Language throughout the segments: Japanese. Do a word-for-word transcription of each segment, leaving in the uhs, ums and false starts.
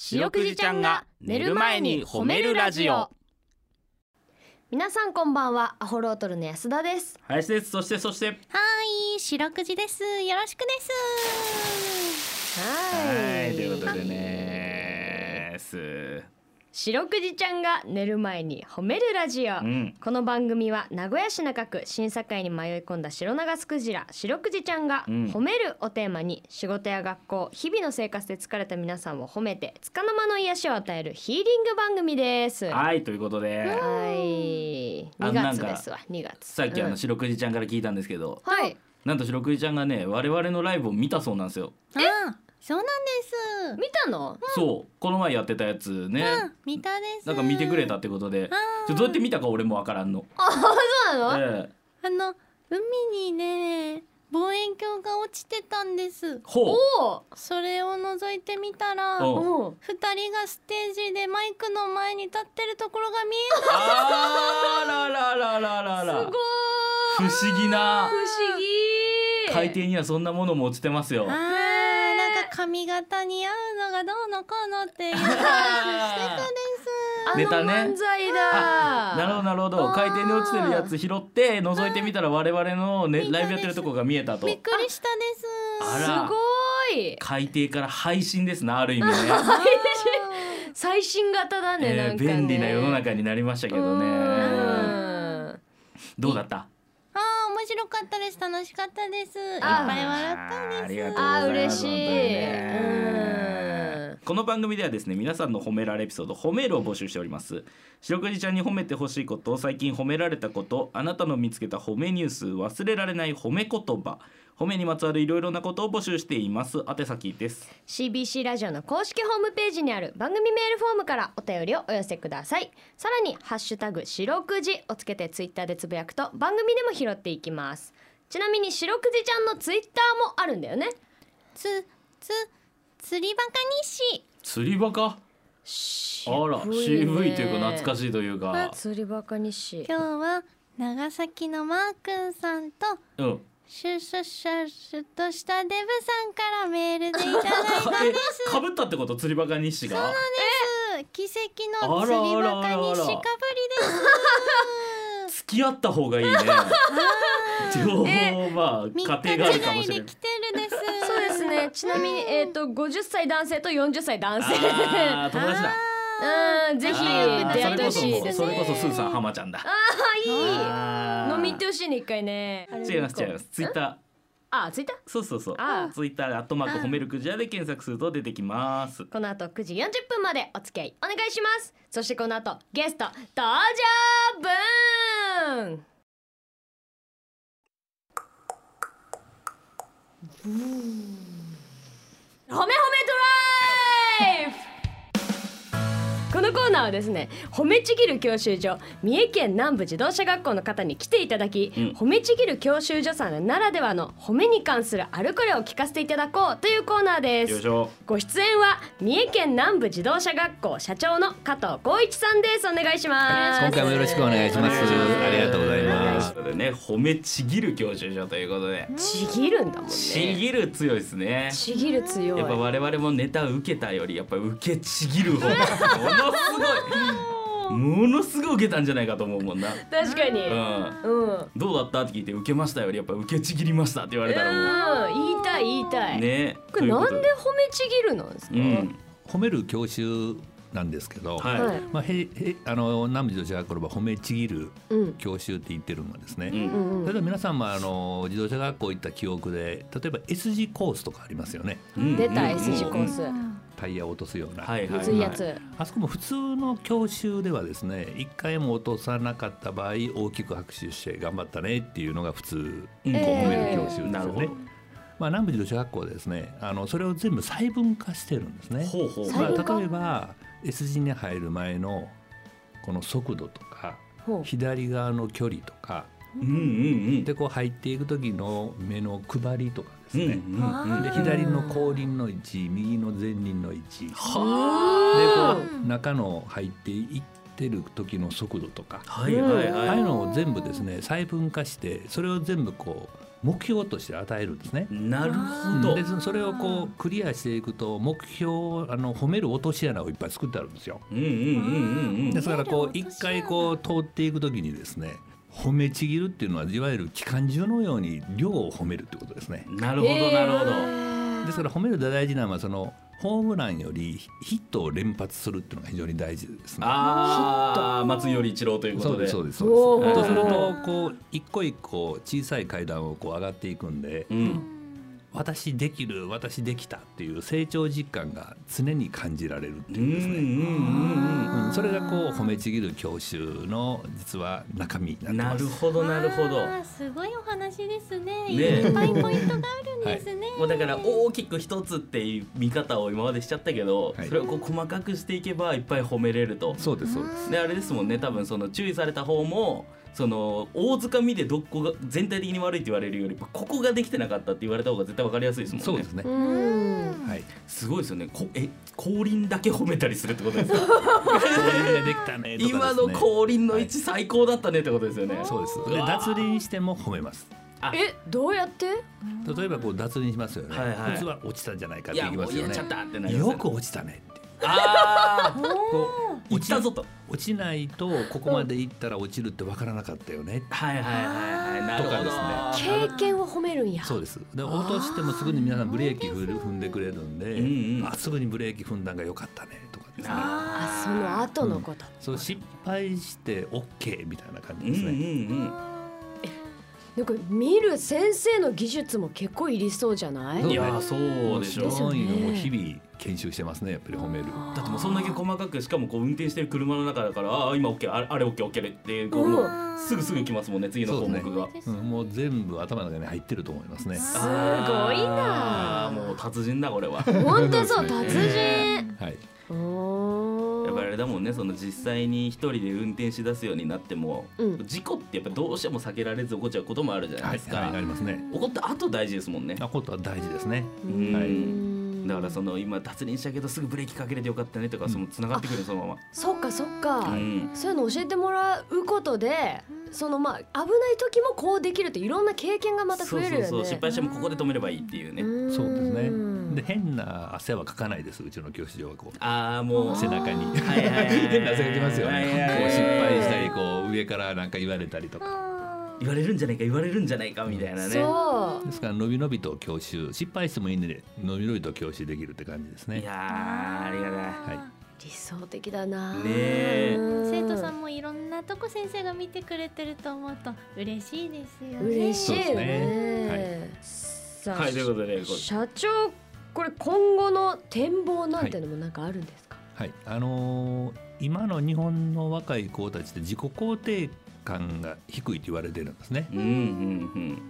白くじちゃんが寝る前に褒めるラジオ。 皆さんこんばんは。アホロートルの安田です。 林です。そしてそしてはい、白くじです。よろしくです。 はい、 ということでねす白くじちゃんが寝る前に褒めるラジオ、うん、この番組は名古屋市中区審査会に迷い込んだ白長スクジラ白くじちゃんが褒めるをテーマに、仕事や学校日々の生活で疲れた皆さんを褒めて束の間の癒しを与えるヒーリング番組です。 はいということで、 はいにがつですわ。にがつさっきあの白くじちゃんから聞いたんですけど、 うん、はいなんと白くじちゃんがね我々のライブを見たそうなんですよ。 えそうなんです。 見たの？ うん、そうこの前やってたやつね、 うん、見たです。 なんか見てくれたってことで、ちょどうやって見たか俺もわからんの。 あそうなの、 ええ、あの海にね望遠鏡が落ちてたんです。 ほうそれを覗いてみたらふたりがステージでマイクの前に立ってるところが見えた。 あららららららすごい不思議な不思議海底にはそんなものも落ちてますよ。 髪型に合うのがどうのこうのっていう話してたです。 ネタね。 あの漫才だ。 なるほどなるほど。海底に落ちてるやつ拾って覗いてみたら我々の、ね、ライブやってるとこが見えたと。 びっくりしたです。 あらすごい。 海底から配信ですな、ある意味ね。 最新型だね、 えー、 なんかね便利な世の中になりましたけどね。どうだった？ あー面白かったです。楽しかったです。いっぱい笑ったんです。 ありがとうございます。 あ嬉しい、 ね、この番組ではですね皆さんの褒められエピソード褒めるを募集しております。白くじちゃんに褒めてほしいこと、最近褒められたこと、あなたの見つけた褒めニュース、忘れられない褒め言葉、褒めにまつわるいろいろなことを募集しています。宛先です。 シービーシー ラジオの公式ホームページにある番組メールフォームからお便りをお寄せください。さらにハッシュタグ白くじをつけてツイッターでつぶやくと番組でも拾っていきます。ちなみに白くじちゃんのツイッターもあるんだよね。 つつ釣りバカ日誌。 釣りバカ、あら渋いというか懐かしいというか、 釣りバカ日誌。 今日は長崎のマー君さんと、うん、シュシュシュシュとしたデブさんからメールでいただいたんです。 かぶったってこと？釣りバカ日誌が。 そうなんです。奇跡の釣りバカ日誌かぶりです。 付き合った方がいいね。両方まあ家庭があるかもしれない。 そうですね。ちなみにえっとごじゅっさい男性とよんじゅっさい男性。 ああ友達だ。 うんぜひ出会ってほしいですね。 それこそスーさん浜ちゃんだ。 ああいい。飲み行ってほしいね一回ね。 違います違います。ツイッター。 あツイッター。 そうそうそう。ツイッターでアットマーク褒めるくじらで検索すると出てきます。 この後くじよんじゅっぷんまでお付き合いお願いします。そしてこの後ゲスト登場ブーン。褒め褒めドライブ。このコーナーはですね褒めちぎる教習所三重県南部自動車学校の方に来ていただき、うん、褒めちぎる教習所さんならではの褒めに関するあるこれを聞かせていただこうというコーナーです。 よいしょ。 ご出演は三重県南部自動車学校社長の加藤光一さんです。お願いします。 今回もよろしくお願いします。ありがとうございます。 ね、褒めちぎる教習所ということでちぎるんだもんね。 ちぎる強いですね。 ちぎる強い。 やっぱ我々もネタ受けたよりやっぱ受けちぎる方がものすごいものすごい受けたんじゃないかと思うもんな。 確かに、 うんうん、どうだったって聞いて受けましたよりやっぱ受けちぎりましたって言われたらもう、 うん、言いたい言いたいね。 これなんで褒めちぎるなんですか？うん、 褒める教習なんですけど、はいまあ、へへあの南部自動車学校の場合褒めちぎる教習って言ってるのはですね、うん、例えば皆さんもあの自動車学校行った記憶で例えば エス 字コースとかありますよね、 うん、出た エス 字コース、 タイヤを落とすような、 はいはいはい、やつあそこも普通の教習ではですね一回も落とさなかった場合大きく拍手して頑張ったねっていうのが普通こう褒める教習ですよね、えーまあ、南部自動車学校でですねあのそれを全部細分化してるんですね。 ほうほう、 まあ、例えば S 字に入る前のこの速度とか左側の距離とか、うんうんうん、でこう入っていく時の目の配りとかですね、うんうんうん、で左の後輪の位置右の前輪の位置でこう中の入っていってる時の速度とか、はいはいはい、ああいうのを全部ですね細分化してそれを全部こう目標として与えるんですね。 なるほど。 でそれをこうクリアしていくと目標あの褒める落とし穴をいっぱい作ってあるんですよ。 うんうんうんうんうんですからこう一回こう通っていくときにですね、褒めちぎるっていうのはいわゆる機関銃のように量を褒めるってことですね。 なるほどなるほど。 ですから褒めるで大事なのはそのホームランよりヒットを連発するっていうのが非常に大事ですね。 ああ、松井より一郎ということで。 そうですそうです。とするとこう一個一個小さい階段をこう上がっていくんで、うん、私できる私できたっていう成長実感が常に感じられるっていうんですね。うんうんうん、それがこう褒めちぎる教習の実は中身になってます。 なるほどなるほど。 すごいお話ですね。ね、いっぱいポイントがあるんですね。はい、 もうだから大きく一つっていう見方を今までしちゃったけど、はい、それをこう細かくしていけばいっぱい褒めれると。 そうですそうです。 であれですもんね、多分その注意された方もその大掴みでどこが全体的に悪いって言われるよりここができてなかったって言われた方が絶対分かりやすいですもんね。 そうですね。 はい、すごいですよね。こえ後輪だけ褒めたりするってことですか。 後輪ができたねとかですね。今の後輪の位置最高だったねってことですよね。はい、 そうです。で脱輪しても褒めます。 えどうやって？ 例えばこう脱輪しますよね。はいはい、普通は落ちたんじゃないかって言いますよね。 いやもうやっちゃったってなりますよね。 よく落ちたねって。 ああ、こう落ちたぞと。 落ちないとここまで行ったら落ちるって分からなかったよね。 はいはいはいはい。なるほど。とかですね。経験を褒めるんや。 そうです。で落としてもすぐに皆さんブレーキ踏んでくれるんで、うんうん、あすぐにブレーキ踏んだんが良かったねとかですね。 ああその後のこと。うん、 そう失敗して オーケー みたいな感じですね。うんうんうんなんか見る先生の技術も結構いりそうじゃない？ いやそうでしょ。 そういうのも日々研修してますね。やっぱり褒める。 だってもうそんだけ細かくしかもこう運転してる車の中だからああ今 OK あれ OK OK ってこうもうすぐすぐ来ますもんね次の項目が。 うん、もう全部頭の中に入ってると思いますね。 すごいな。 あもう達人だこれは。 本当そう達人。 はい。 やっぱりあれだもんね、その実際に一人で運転し出すようになっても、うん、事故ってやっぱどうしても避けられず起こっちゃうこともあるじゃないですか。 はいはい、ありますね。 起こった後大事ですもんね。 起こった後大事ですね。 はい。だからその今脱輪したけどすぐブレーキかけれてよかったねとか、そのつながってくるそのまま。 そっかそっか、うん。そういうの教えてもらうことで、そのまあ危ない時もこうできるっていろんな経験がまた増えるよね。 そうそうそう、失敗してもここで止めればいいっていうね。 うそうですね。で変な汗はかかないです。うちの教師上はこうああもう背中に変な汗がきますよね。こう失敗したりこう上からなんか言われたりとか言われるんじゃないか言われるんじゃないかみたいなね。 そうですからのびのびと教習失敗してもいいんでのびのびと教習できるって感じですね。 いやありがたい。 はい。 理想的だな。 ねえ。 生徒さんもいろんなとこ先生が見てくれてると思うと嬉しいですよね。 嬉しいね。 ねはい。はいということで社長これ今後の展望なんてのもなんかあるんですか？ はい、はい、あのー、今の日本の若い子たちって自己肯定感が低いと言われてるんですね。 うんうんうん。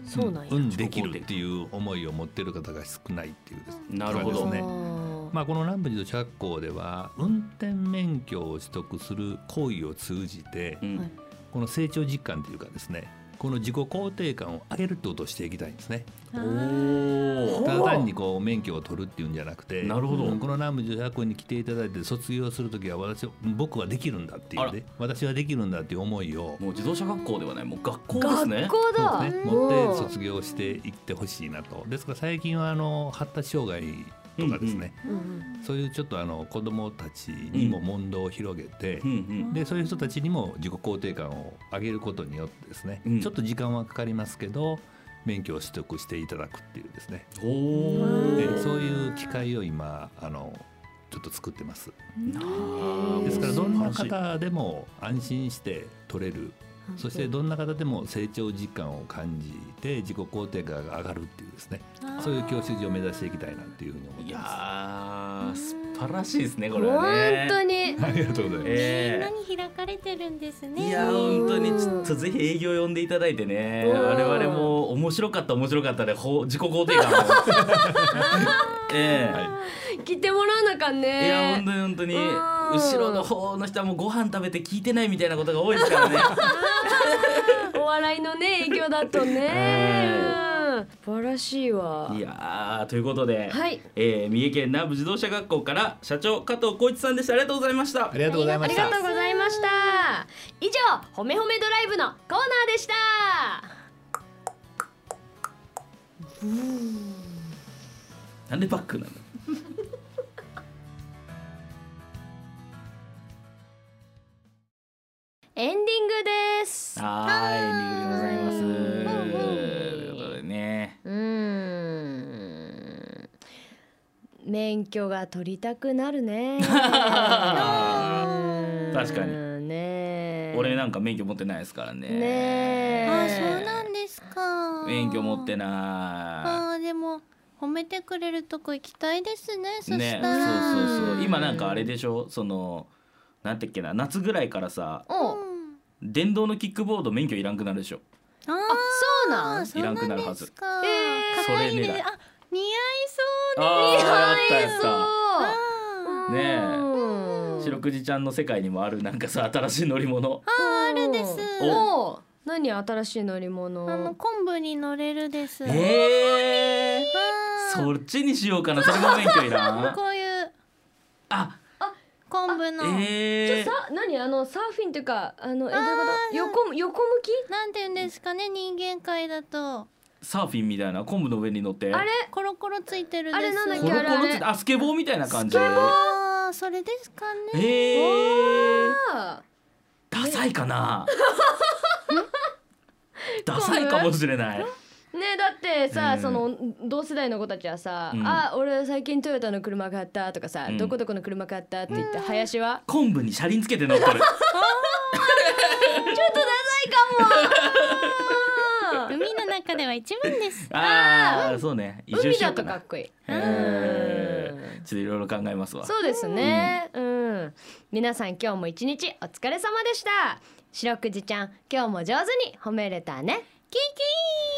そうなんや。 うんできるっていう思いを持っている方が少ないっていうです。 なるほどね。まあこの南部自動車学校では運転免許を取得する行為を通じて、うん、この成長実感というかですね。この自己肯定感を上げるってことをしていきたいんですね。おただ単にこう免許を取るっていうんじゃなくて、 なるほど。 この南部自動車学校に来ていただいて卒業するときは私僕はできるんだっていうね、私はできるんだっていう思いをもう自動車学校ではないもう学校ですね。 学校だ。 そうですね。持って卒業していってほしいなと。ですから最近はあの発達障害とかですね、うんうん、そういうちょっとあの子どもたちにも問答を広げて、うんうん、でそういう人たちにも自己肯定感を上げることによってですね、うん、ちょっと時間はかかりますけど免許を取得していただくっていうですね、おでそういう機会を今あのちょっと作ってます。ですからどんな方でも安心して取れる、そしてどんな方でも成長実感を感じて自己肯定感が上がるっていうですね、そういう教習所を目指していきたいなっていうふうに思ってます。 いや素晴らしいですねこれはね。 本当にありがとうございます。 えー、みんなに開かれてるんですね。 いや本当にちょっとぜひ営業呼んでいただいてね、我々も面白かった面白かったで自己肯定感をえーはい、 来てもらわなあかんね。 いや本当に本当に後ろの方の人はもうご飯食べて聞いてないみたいなことが多いですからね。 お笑いのね影響だとね。素晴らしいわ。 いやということで、 はい、 えー、三重県南部自動車学校から社長加藤浩一さんでした。ありがとうございました。 ありがとうございました。 ありがとうございました。以上褒め褒めドライブのコーナーでした。 うん、 なんでバックなのエンディングです。 はい、エンディングでございます。ということでね。 うーん。免許が取りたくなるね。確かに。ね。俺なんか免許持ってないですからね。 ね。あ、そうなんですか。 免許持ってない。 あ、でも褒めてくれるとこ行きたいですね。そしたら。 ね、そうそうそう。今なんかあれでしょ。そのなんてっけな、夏ぐらいからさ。電動のキックボード免許いらんくなるでしょ。 ああ、そうなん。 いらんくなるはず。 えー、 それ狙い。 あ、似合いそうね。 似合いそうねえ。白くじちゃんの世界にもあるなんかさ、新しい乗り物。 あ、あるです。 お、何新しい乗り物。 あの昆布に乗れるです。 ええー、そっちにしようかな。それも免許いらん。 こういう。 あ。 昆布の、 えー、ちょさ何あのサーフィンっていうかあのえどういうこと横横向きなんて言うんですかね、人間界だとサーフィンみたいな昆布の上に乗ってあれコロコロついてるです。 あれなんだっけ、 コロコロついてあスケボーみたいな感じ。 スケボー、それですかね。 えー、ダサいかなダサいかもしれないね。だってさ、うん、その同世代の子たちはさ、うん、あ、俺最近トヨタの車買ったとかさ、うん、どこどこの車買ったって言って、うん、林は昆布に車輪つけて乗ってるちょっとダサいかも海の中では一番です。 ああ、そうね、移住しようかな。 海だとかっこいい。 うん、ちょっといろいろ考えますわ。 そうですね、うん、うん、皆さん今日も一日お疲れ様でした。白くじちゃん、今日も上手に褒めれたね。キキー